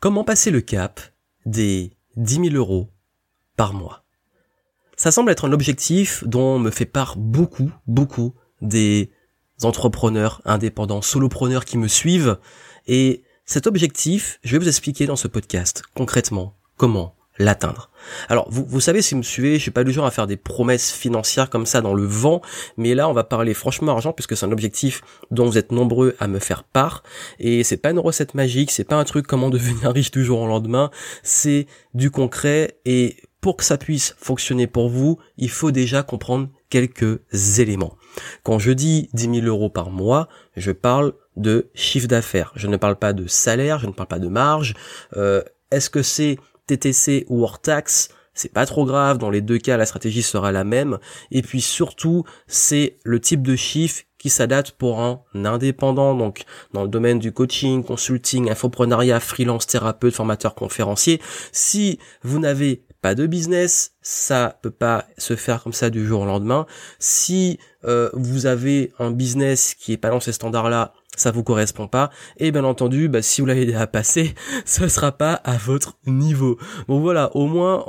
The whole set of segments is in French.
Comment passer le cap des 10 000 euros par mois? Ça semble être un objectif dont me fait part beaucoup des entrepreneurs, indépendants, solopreneurs qui me suivent. Et cet objectif, je vais vous expliquer dans ce podcast, concrètement, comment l'atteindre. Alors, vous savez, si vous me suivez, je suis pas du genre à faire des promesses financières comme ça dans le vent, mais là, on va parler franchement argent, puisque c'est un objectif dont vous êtes nombreux à me faire part, et c'est pas une recette magique, c'est pas un truc comment devenir riche du jour au lendemain, c'est du concret, et pour que ça puisse fonctionner pour vous, il faut déjà comprendre quelques éléments. Quand je dis 10 000 euros par mois, je parle de chiffre d'affaires. Je ne parle pas de salaire, je ne parle pas de marge. Est-ce que c'est TTC ou hors taxe? C'est pas trop grave, dans les deux cas la stratégie sera la même. Et puis surtout, c'est le type de chiffre qui s'adapte pour un indépendant, donc dans le domaine du coaching, consulting, infoprenariat, freelance, thérapeute, formateur, conférencier. Si vous n'avez pas de business, ça peut pas se faire comme ça du jour au lendemain. Si vous avez un business qui est pas dans ces standards-là, ça vous correspond pas, et bien entendu, si vous l'avez déjà passé, ce sera pas à votre niveau. Donc voilà, au moins,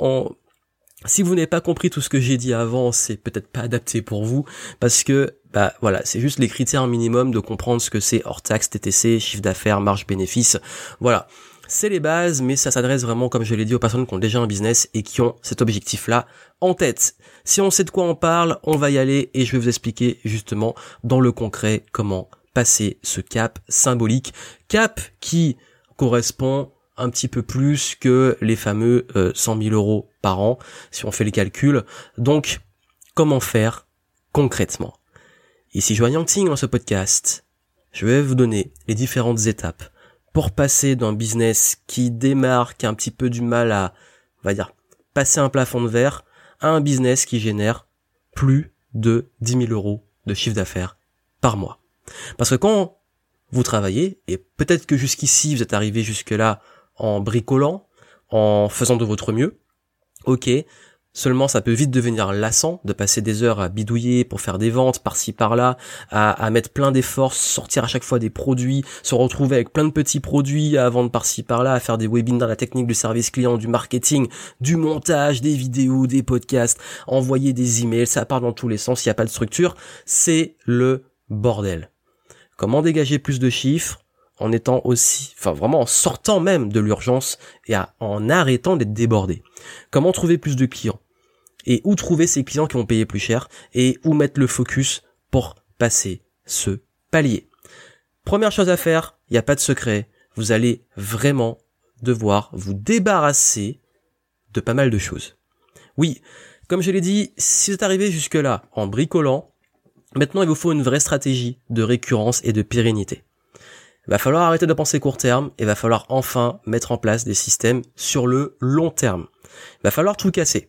si vous n'avez pas compris tout ce que j'ai dit avant, c'est peut-être pas adapté pour vous, parce que voilà, c'est juste les critères minimum de comprendre ce que c'est hors taxe, TTC, chiffre d'affaires, marge, bénéfice. Voilà. C'est les bases, mais ça s'adresse vraiment, comme je l'ai dit, aux personnes qui ont déjà un business et qui ont cet objectif-là en tête. Si on sait de quoi on parle, on va y aller et je vais vous expliquer justement dans le concret comment passer ce cap symbolique. Cap qui correspond un petit peu plus que les fameux 100 000 euros par an, si on fait les calculs. Donc, comment faire concrètement? Ici Joanne Yangting dans ce podcast. Je vais vous donner les différentes étapes pour passer d'un business qui démarre, qui a un petit peu du mal à, on va dire, passer un plafond de verre, à un business qui génère plus de 10 000 euros de chiffre d'affaires par mois. Parce que quand vous travaillez, et peut-être que jusqu'ici vous êtes arrivé jusque-là en bricolant, en faisant de votre mieux, ok, seulement ça peut vite devenir lassant de passer des heures à bidouiller pour faire des ventes par-ci par-là, à mettre plein d'efforts, sortir à chaque fois des produits, se retrouver avec plein de petits produits à vendre par-ci par-là, à faire des webinaires, la technique du service client, du marketing, du montage, des vidéos, des podcasts, envoyer des emails, ça part dans tous les sens, il n'y a pas de structure, c'est le bordel. Comment dégager plus de chiffres en étant aussi, vraiment en sortant même de l'urgence et en arrêtant d'être débordé? Comment trouver plus de clients? Et où trouver ces clients qui vont payer plus cher? Et où mettre le focus pour passer ce palier? Première chose à faire, il n'y a pas de secret. Vous allez vraiment devoir vous débarrasser de pas mal de choses. Oui, comme je l'ai dit, si vous êtes arrivé jusque-là en bricolant, maintenant il vous faut une vraie stratégie de récurrence et de pérennité. Il va falloir arrêter de penser court terme et il va falloir enfin mettre en place des systèmes sur le long terme. Il va falloir tout casser.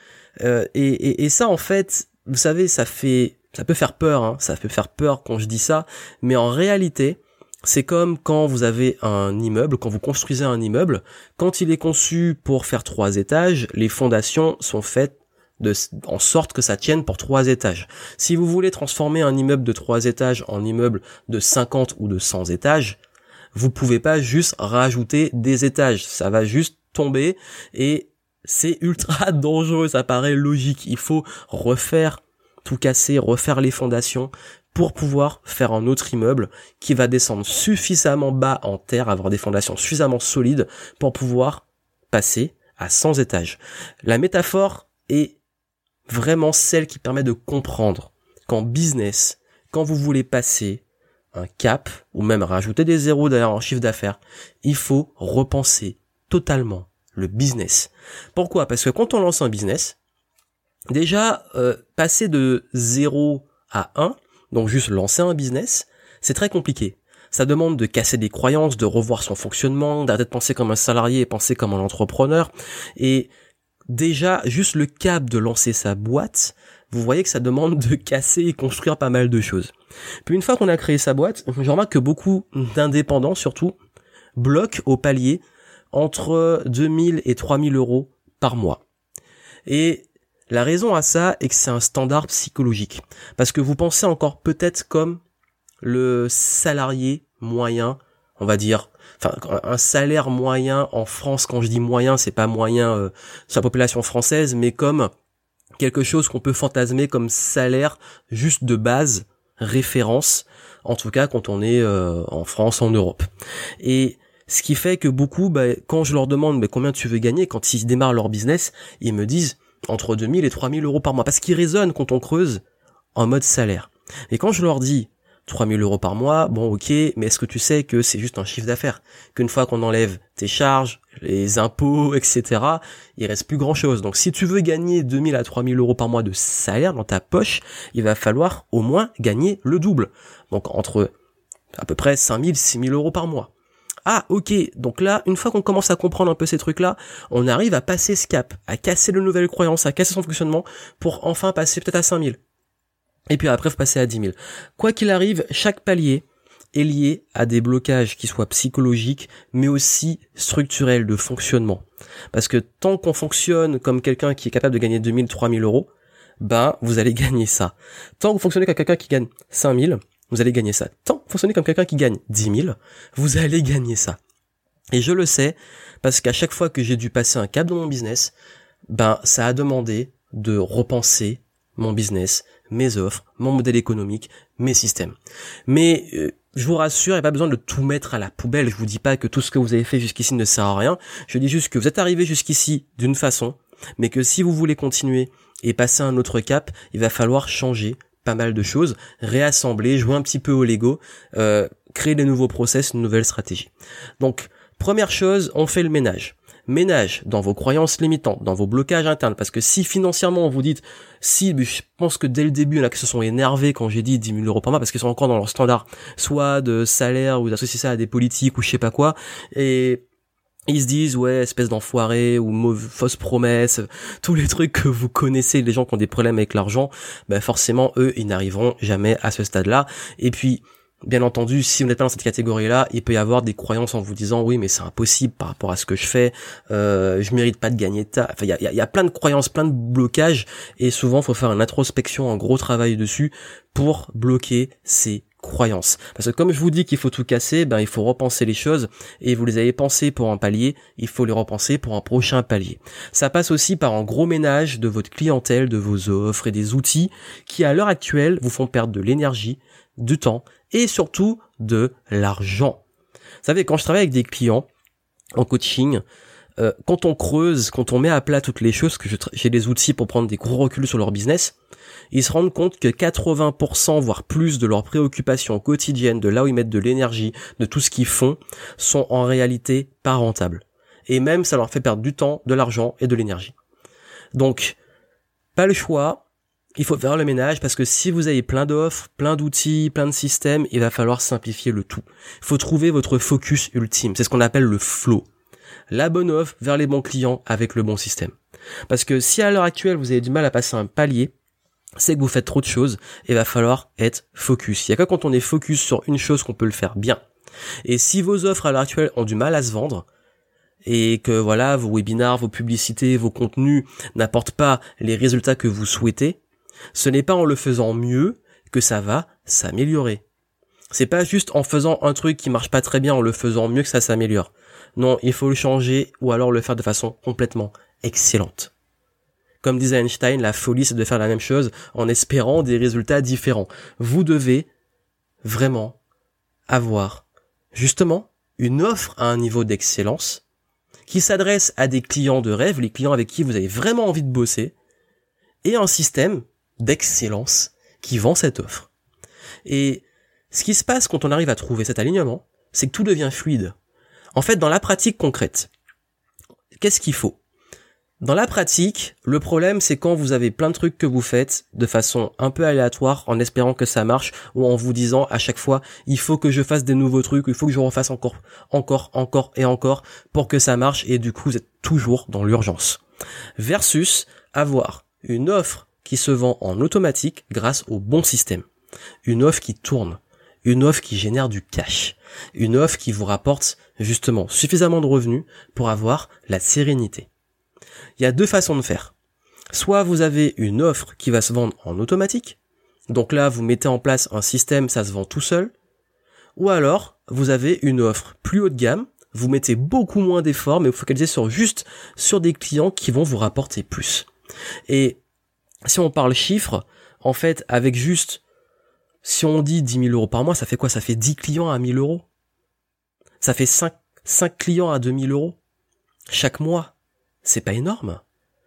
Et ça, en fait, vous savez, ça peut faire peur, hein, ça peut faire peur quand je dis ça, mais en réalité, c'est comme quand vous avez un immeuble, quand vous construisez un immeuble, quand il est conçu pour faire 3 étages, les fondations sont faites en sorte que ça tienne pour 3 étages. Si vous voulez transformer un immeuble de 3 étages en immeuble de 50 ou de 100 étages, vous pouvez pas juste rajouter des étages, ça va juste tomber et c'est ultra dangereux, ça paraît logique. Il faut refaire, tout casser, refaire les fondations pour pouvoir faire un autre immeuble qui va descendre suffisamment bas en terre, avoir des fondations suffisamment solides pour pouvoir passer à 100 étages. La métaphore est vraiment celle qui permet de comprendre qu'en business, quand vous voulez passer un cap, ou même rajouter des zéros d'ailleurs en chiffre d'affaires, il faut repenser totalement le business. Pourquoi? Parce que quand on lance un business, déjà, passer de 0 à 1, donc juste lancer un business, c'est très compliqué. Ça demande de casser des croyances, de revoir son fonctionnement, d'arrêter de penser comme un salarié et penser comme un entrepreneur. Et déjà, juste le cap de lancer sa boîte, vous voyez que ça demande de casser et construire pas mal de choses. Puis une fois qu'on a créé sa boîte, je remarque que beaucoup d'indépendants, surtout, bloquent au palier entre 2000 et 3000 euros par mois. Et la raison à ça est que c'est un standard psychologique. Parce que vous pensez encore peut-être comme le salarié moyen, on va dire, un salaire moyen en France. Quand je dis moyen, c'est pas moyen sur la population française, mais comme quelque chose qu'on peut fantasmer comme salaire juste de base, référence, en tout cas quand on est en France, en Europe. Et ce qui fait que beaucoup, quand je leur demande combien tu veux gagner, quand ils démarrent leur business, ils me disent entre 2000 et 3000 euros par mois, parce qu'ils raisonnent quand on creuse en mode salaire. Et quand je leur dis 3000 euros par mois, bon ok, mais est-ce que tu sais que c'est juste un chiffre d'affaires? Qu'une fois qu'on enlève tes charges, les impôts, etc., il reste plus grand chose. Donc si tu veux gagner 2000 à 3000 euros par mois de salaire dans ta poche, il va falloir au moins gagner le double. Donc entre à peu près 5000, 6000 euros par mois. Ah ok, donc là, une fois qu'on commence à comprendre un peu ces trucs-là, on arrive à passer ce cap, à casser de nouvelles croyances, à casser son fonctionnement, pour enfin passer peut-être à 5000. Et puis après, faut passer à 10 000. Quoi qu'il arrive, chaque palier est lié à des blocages qui soient psychologiques, mais aussi structurels de fonctionnement. Parce que tant qu'on fonctionne comme quelqu'un qui est capable de gagner 2000, 3000 euros, vous allez gagner ça. Tant que vous fonctionnez comme quelqu'un qui gagne 5000, vous allez gagner ça. Tant que vous fonctionnez comme quelqu'un qui gagne 10 000, vous allez gagner ça. Et je le sais, parce qu'à chaque fois que j'ai dû passer un cap dans mon business, ça a demandé de repenser mon business, mes offres, mon modèle économique, mes systèmes. Mais je vous rassure, il n'y a pas besoin de tout mettre à la poubelle. Je vous dis pas que tout ce que vous avez fait jusqu'ici ne sert à rien. Je dis juste que vous êtes arrivé jusqu'ici d'une façon, mais que si vous voulez continuer et passer un autre cap, il va falloir changer pas mal de choses, réassembler, jouer un petit peu au Lego, créer des nouveaux process, une nouvelle stratégie. Donc, première chose, on fait le ménage. Ménage dans vos croyances limitantes, dans vos blocages internes, parce que si financièrement vous dites, je pense que dès le début, il y en a qui se sont énervés quand j'ai dit 10 000 euros par mois, parce qu'ils sont encore dans leur standard, soit de salaire, ou d'associer ça à des politiques, ou je sais pas quoi, et ils se disent, ouais, espèce d'enfoiré, ou fausse promesse, tous les trucs que vous connaissez, les gens qui ont des problèmes avec l'argent, forcément, eux, ils n'arriveront jamais à ce stade-là, et puis, bien entendu, si vous n'êtes pas dans cette catégorie-là, il peut y avoir des croyances en vous disant oui, mais c'est impossible par rapport à ce que je fais, je mérite pas de gagner ça. Enfin, il y a plein de croyances, plein de blocages, et souvent, il faut faire une introspection, un gros travail dessus pour bloquer ces croyances. Parce que comme je vous dis qu'il faut tout casser, il faut repenser les choses, et vous les avez pensées pour un palier, il faut les repenser pour un prochain palier. Ça passe aussi par un gros ménage de votre clientèle, de vos offres et des outils qui, à l'heure actuelle, vous font perdre de l'énergie, du temps et surtout de l'argent. Vous savez, quand je travaille avec des clients en coaching, quand on creuse, quand on met à plat toutes les choses, que j'ai des outils pour prendre des gros reculs sur leur business, ils se rendent compte que 80% voire plus de leurs préoccupations quotidiennes, de là où ils mettent de l'énergie, de tout ce qu'ils font, sont en réalité pas rentables. Et même ça leur fait perdre du temps, de l'argent et de l'énergie. Donc, pas le choix. Il faut faire le ménage parce que si vous avez plein d'offres, plein d'outils, plein de systèmes, il va falloir simplifier le tout. Il faut trouver votre focus ultime. C'est ce qu'on appelle le flow. La bonne offre vers les bons clients avec le bon système. Parce que si à l'heure actuelle vous avez du mal à passer un palier, c'est que vous faites trop de choses et il va falloir être focus. Il y a que quand on est focus sur une chose qu'on peut le faire bien. Et si vos offres à l'heure actuelle ont du mal à se vendre, et que voilà, vos webinars, vos publicités, vos contenus n'apportent pas les résultats que vous souhaitez, ce n'est pas en le faisant mieux que ça va s'améliorer. C'est pas juste en faisant un truc qui marche pas très bien, en le faisant mieux que ça s'améliore. Non, il faut le changer ou alors le faire de façon complètement excellente. Comme disait Einstein, la folie c'est de faire la même chose en espérant des résultats différents. Vous devez vraiment avoir justement une offre à un niveau d'excellence qui s'adresse à des clients de rêve, les clients avec qui vous avez vraiment envie de bosser, et un système d'excellence qui vend cette offre. Et ce qui se passe quand on arrive à trouver cet alignement, c'est que tout devient fluide. En fait, dans la pratique concrète, qu'est-ce qu'il faut ? Dans la pratique, le problème c'est quand vous avez plein de trucs que vous faites de façon un peu aléatoire en espérant que ça marche ou en vous disant à chaque fois il faut que je fasse des nouveaux trucs, il faut que je refasse encore et encore pour que ça marche et du coup vous êtes toujours dans l'urgence. Versus avoir une offre qui se vend en automatique grâce au bon système. Une offre qui tourne, une offre qui génère du cash, une offre qui vous rapporte justement suffisamment de revenus pour avoir la sérénité. Il y a deux façons de faire. Soit vous avez une offre qui va se vendre en automatique, donc là vous mettez en place un système, ça se vend tout seul, Ou alors, vous avez une offre plus haut de gamme, vous mettez beaucoup moins d'efforts, mais vous focalisez sur des clients qui vont vous rapporter plus. Et si on parle chiffres, en fait, avec juste, si on dit 10 000 euros par mois, ça fait quoi? Ça fait 10 clients à 1 000 euros. Ça fait 5 clients à 2 000 euros chaque mois. C'est pas énorme.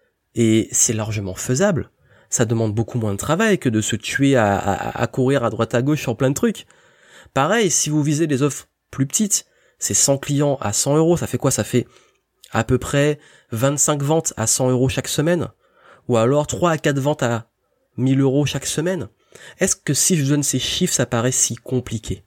Et c'est largement faisable. Ça demande beaucoup moins de travail que de se tuer à courir à droite à gauche sur plein de trucs. Pareil, si vous visez des offres plus petites, c'est 100 clients à 100 euros, ça fait quoi? Ça fait à peu près 25 ventes à 100 euros chaque semaine. Ou alors 3 à 4 ventes à 1000 euros chaque semaine. Est-ce que si je donne ces chiffres, ça paraît si compliqué?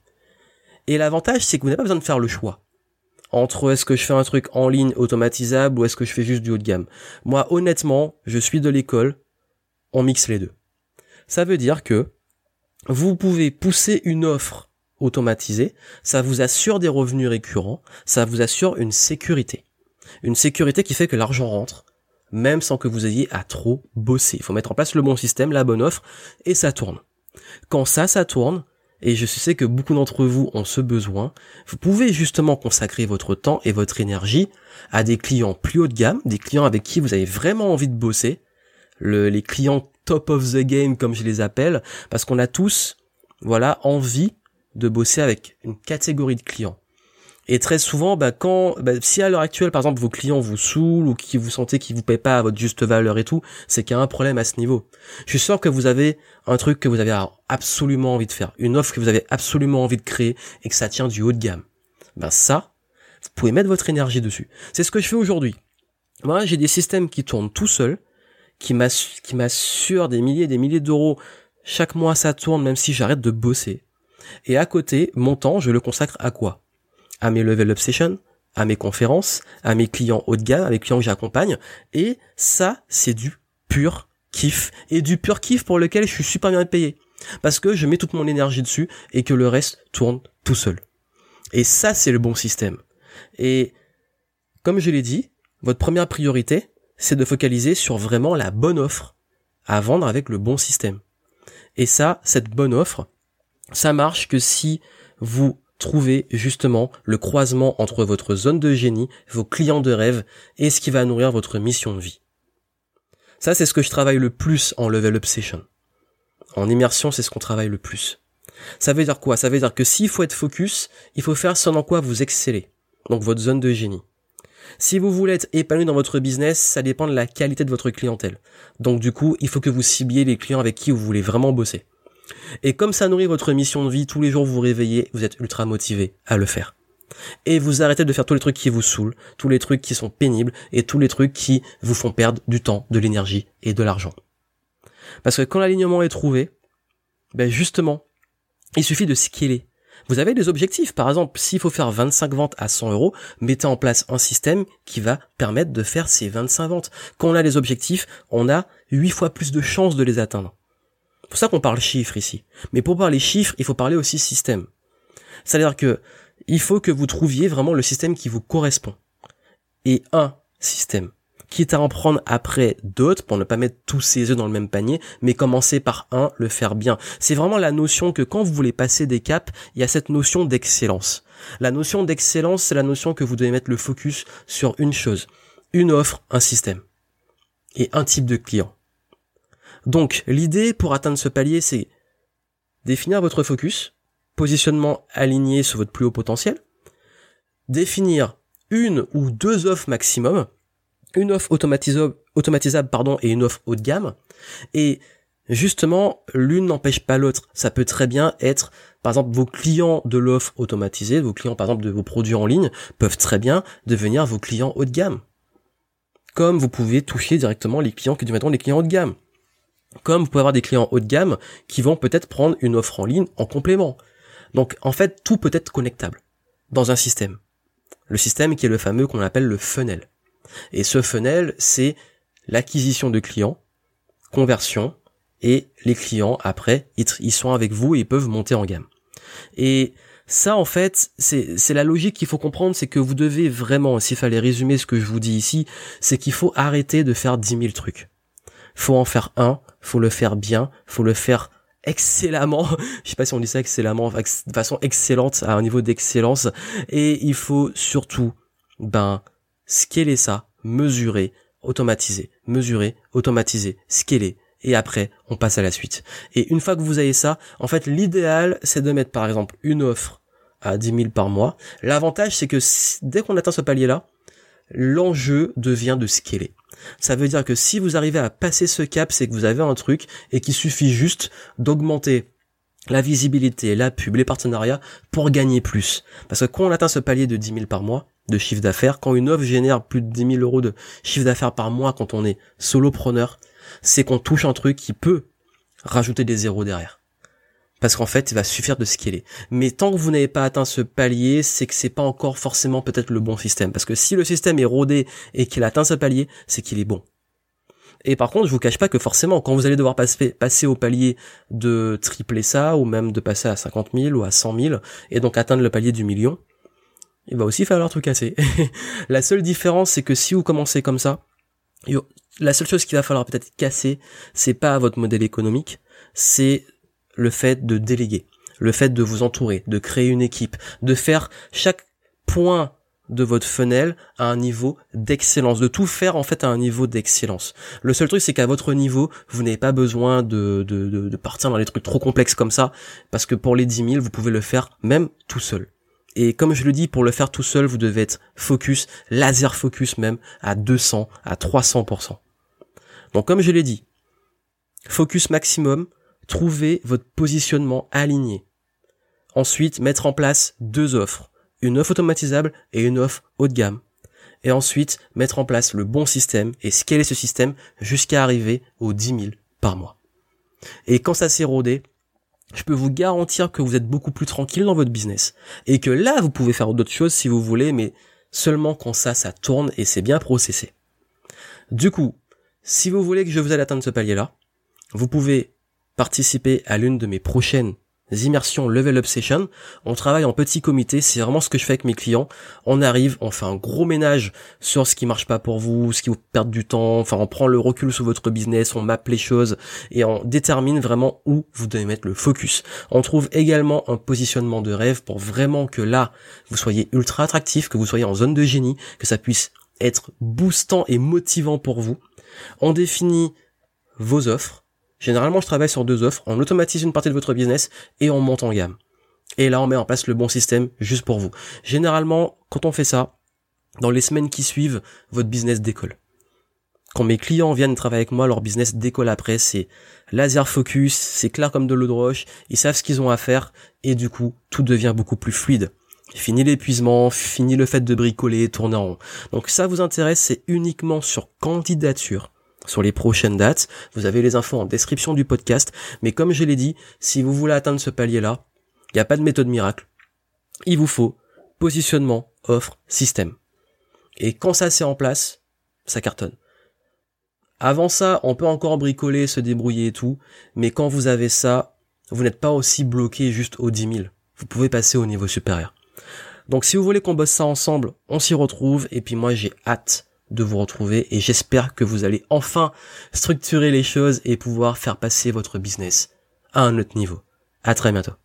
Et l'avantage, c'est que vous n'avez pas besoin de faire le choix entre est-ce que je fais un truc en ligne automatisable ou est-ce que je fais juste du haut de gamme. Moi, honnêtement, je suis de l'école, on mixe les deux. Ça veut dire que vous pouvez pousser une offre automatisée, ça vous assure des revenus récurrents, ça vous assure une sécurité. Une sécurité qui fait que l'argent rentre, même sans que vous ayez à trop bosser. Il faut mettre en place le bon système, la bonne offre, et ça tourne. Quand ça tourne, et je sais que beaucoup d'entre vous ont ce besoin, vous pouvez justement consacrer votre temps et votre énergie à des clients plus haut de gamme, des clients avec qui vous avez vraiment envie de bosser, les clients top of the game comme je les appelle, parce qu'on a tous, envie de bosser avec une catégorie de clients. Et très souvent, si à l'heure actuelle, par exemple, vos clients vous saoulent ou qui vous sentez qu'ils vous paient pas à votre juste valeur et tout, c'est qu'il y a un problème à ce niveau. Je suis sûr que vous avez un truc que vous avez absolument envie de faire, une offre que vous avez absolument envie de créer et que ça tient du haut de gamme. Ça, vous pouvez mettre votre énergie dessus. C'est ce que je fais aujourd'hui. Moi, j'ai des systèmes qui tournent tout seuls, qui m'assurent des milliers d'euros. Chaque mois, ça tourne, même si j'arrête de bosser. Et à côté, mon temps, je le consacre à quoi? À mes level up sessions, à mes conférences, à mes clients haut de gamme, à mes clients que j'accompagne. Et ça, c'est du pur kiff. Et du pur kiff pour lequel je suis super bien payé. Parce que je mets toute mon énergie dessus et que le reste tourne tout seul. Et ça, c'est le bon système. Et comme je l'ai dit, votre première priorité, c'est de focaliser sur vraiment la bonne offre à vendre avec le bon système. Et ça, cette bonne offre, ça marche que si vous trouvez justement le croisement entre votre zone de génie, vos clients de rêve et ce qui va nourrir votre mission de vie. Ça, c'est ce que je travaille le plus en level up session. En immersion, c'est ce qu'on travaille le plus. Ça veut dire quoi? Ça veut dire que s'il faut être focus, il faut faire ce dans quoi vous excellez. Donc votre zone de génie. Si vous voulez être épanoui dans votre business, ça dépend de la qualité de votre clientèle. Donc du coup, il faut que vous cibliez les clients avec qui vous voulez vraiment bosser. Et comme ça nourrit votre mission de vie, tous les jours vous vous réveillez, vous êtes ultra motivé à le faire. Et vous arrêtez de faire tous les trucs qui vous saoulent, tous les trucs qui sont pénibles et tous les trucs qui vous font perdre du temps, de l'énergie et de l'argent. Parce que quand l'alignement est trouvé, justement, il suffit de scaler. Vous avez des objectifs. Par exemple, s'il faut faire 25 ventes à 100 euros, mettez en place un système qui va permettre de faire ces 25 ventes. Quand on a des objectifs, on a 8 fois plus de chances de les atteindre. C'est pour ça qu'on parle chiffres ici. Mais pour parler chiffres, il faut parler aussi système. C'est-à-dire que il faut que vous trouviez vraiment le système qui vous correspond. Et un système. Quitte à en prendre après d'autres pour ne pas mettre tous ses œufs dans le même panier, mais commencer par un, le faire bien. C'est vraiment la notion que quand vous voulez passer des caps, il y a cette notion d'excellence. La notion d'excellence, c'est la notion que vous devez mettre le focus sur une chose. Une offre, un système. Et un type de client. Donc, l'idée pour atteindre ce palier, c'est définir votre focus, positionnement aligné sur votre plus haut potentiel, définir une ou deux offres maximum, une offre automatisable et une offre haut de gamme, et justement, l'une n'empêche pas l'autre. Ça peut très bien être, par exemple, vos clients de l'offre automatisée, vos clients, par exemple, de vos produits en ligne, peuvent très bien devenir vos clients haut de gamme. Comme vous pouvez toucher directement les clients qui deviendront les clients haut de gamme. Comme vous pouvez avoir des clients haut de gamme qui vont peut-être prendre une offre en ligne en complément. Donc, en fait, tout peut être connectable dans un système. Le système qui est le fameux qu'on appelle le funnel. Et ce funnel, c'est l'acquisition de clients, conversion, et les clients, après, ils sont avec vous et ils peuvent monter en gamme. Et ça, en fait, c'est la logique qu'il faut comprendre, c'est que vous devez vraiment, s'il fallait résumer ce que je vous dis ici, c'est qu'il faut arrêter de faire 10 000 trucs. Faut en faire un, faut le faire bien, faut le faire excellemment, je sais pas si on dit ça excellemment, enfin, de façon excellente, à un niveau d'excellence, et il faut surtout, scaler ça, mesurer, automatiser, scaler, et après, on passe à la suite. Et une fois que vous avez ça, en fait, l'idéal, c'est de mettre, par exemple, une offre à 10 000 par mois. L'avantage, c'est que dès qu'on atteint ce palier-là, l'enjeu devient de scaler. Ça veut dire que si vous arrivez à passer ce cap, c'est que vous avez un truc et qu'il suffit juste d'augmenter la visibilité, la pub, les partenariats pour gagner plus. Parce que quand on atteint ce palier de 10 000 par mois de chiffre d'affaires, quand une offre génère plus de 10 000 euros de chiffre d'affaires par mois quand on est solopreneur, c'est qu'on touche un truc qui peut rajouter des zéros derrière. Parce qu'en fait, il va suffire de scaler. Mais tant que vous n'avez pas atteint ce palier, c'est que c'est pas encore forcément peut-être le bon système. Parce que si le système est rodé et qu'il atteint ce palier, c'est qu'il est bon. Et par contre, je vous cache pas que forcément, quand vous allez devoir passer au palier de tripler ça, ou même de passer à 50 000 ou à 100 000, et donc atteindre le palier du million, il va aussi falloir tout casser. La seule différence, c'est que si vous commencez comme ça, la seule chose qu'il va falloir peut-être casser, c'est pas votre modèle économique, c'est le fait de déléguer, le fait de vous entourer, de créer une équipe, de faire chaque point de votre funnel à un niveau d'excellence, de tout faire en fait à un niveau d'excellence. Le seul truc, c'est qu'à votre niveau, vous n'avez pas besoin de partir dans les trucs trop complexes comme ça, parce que pour les 10 000, vous pouvez le faire même tout seul. Et comme je le dis, pour le faire tout seul, vous devez être focus, laser focus même, à 200, à 300%. Donc comme je l'ai dit, focus maximum, trouvez votre positionnement aligné. Ensuite, mettre en place 2 offres. Une offre automatisable et une offre haut de gamme. Et ensuite, mettre en place le bon système et scaler ce système jusqu'à arriver aux 10 000 par mois. Et quand ça s'est rodé, je peux vous garantir que vous êtes beaucoup plus tranquille dans votre business. Et que là, vous pouvez faire d'autres choses si vous voulez, mais seulement quand ça tourne et c'est bien processé. Du coup, si vous voulez que je vous aide à atteindre ce palier-là, vous pouvez participer à l'une de mes prochaines immersions Level Up Session. On travaille en petit comité, c'est vraiment ce que je fais avec mes clients. On arrive, on fait un gros ménage sur ce qui marche pas pour vous, ce qui vous perd du temps, enfin on prend le recul sur votre business, on mappe les choses et on détermine vraiment où vous devez mettre le focus. On trouve également un positionnement de rêve pour vraiment que là, vous soyez ultra attractif, que vous soyez en zone de génie, que ça puisse être boostant et motivant pour vous. On définit vos offres. Généralement, je travaille sur 2 offres, on automatise une partie de votre business et on monte en gamme. Et là, on met en place le bon système juste pour vous. Généralement, quand on fait ça, dans les semaines qui suivent, votre business décolle. Quand mes clients viennent travailler avec moi, leur business décolle après, c'est laser focus, c'est clair comme de l'eau de roche, ils savent ce qu'ils ont à faire et du coup, tout devient beaucoup plus fluide. Fini l'épuisement, fini le fait de bricoler, tourner en rond. Donc ça vous intéresse, c'est uniquement sur candidature. Sur les prochaines dates, vous avez les infos en description du podcast, mais comme je l'ai dit, si vous voulez atteindre ce palier-là, il n'y a pas de méthode miracle. Il vous faut positionnement, offre, système. Et quand ça c'est en place, ça cartonne. Avant ça, on peut encore bricoler, se débrouiller et tout, mais quand vous avez ça, vous n'êtes pas aussi bloqué juste aux 10 000. Vous pouvez passer au niveau supérieur. Donc si vous voulez qu'on bosse ça ensemble, on s'y retrouve, et puis moi j'ai hâte de vous retrouver et j'espère que vous allez enfin structurer les choses et pouvoir faire passer votre business à un autre niveau. À très bientôt.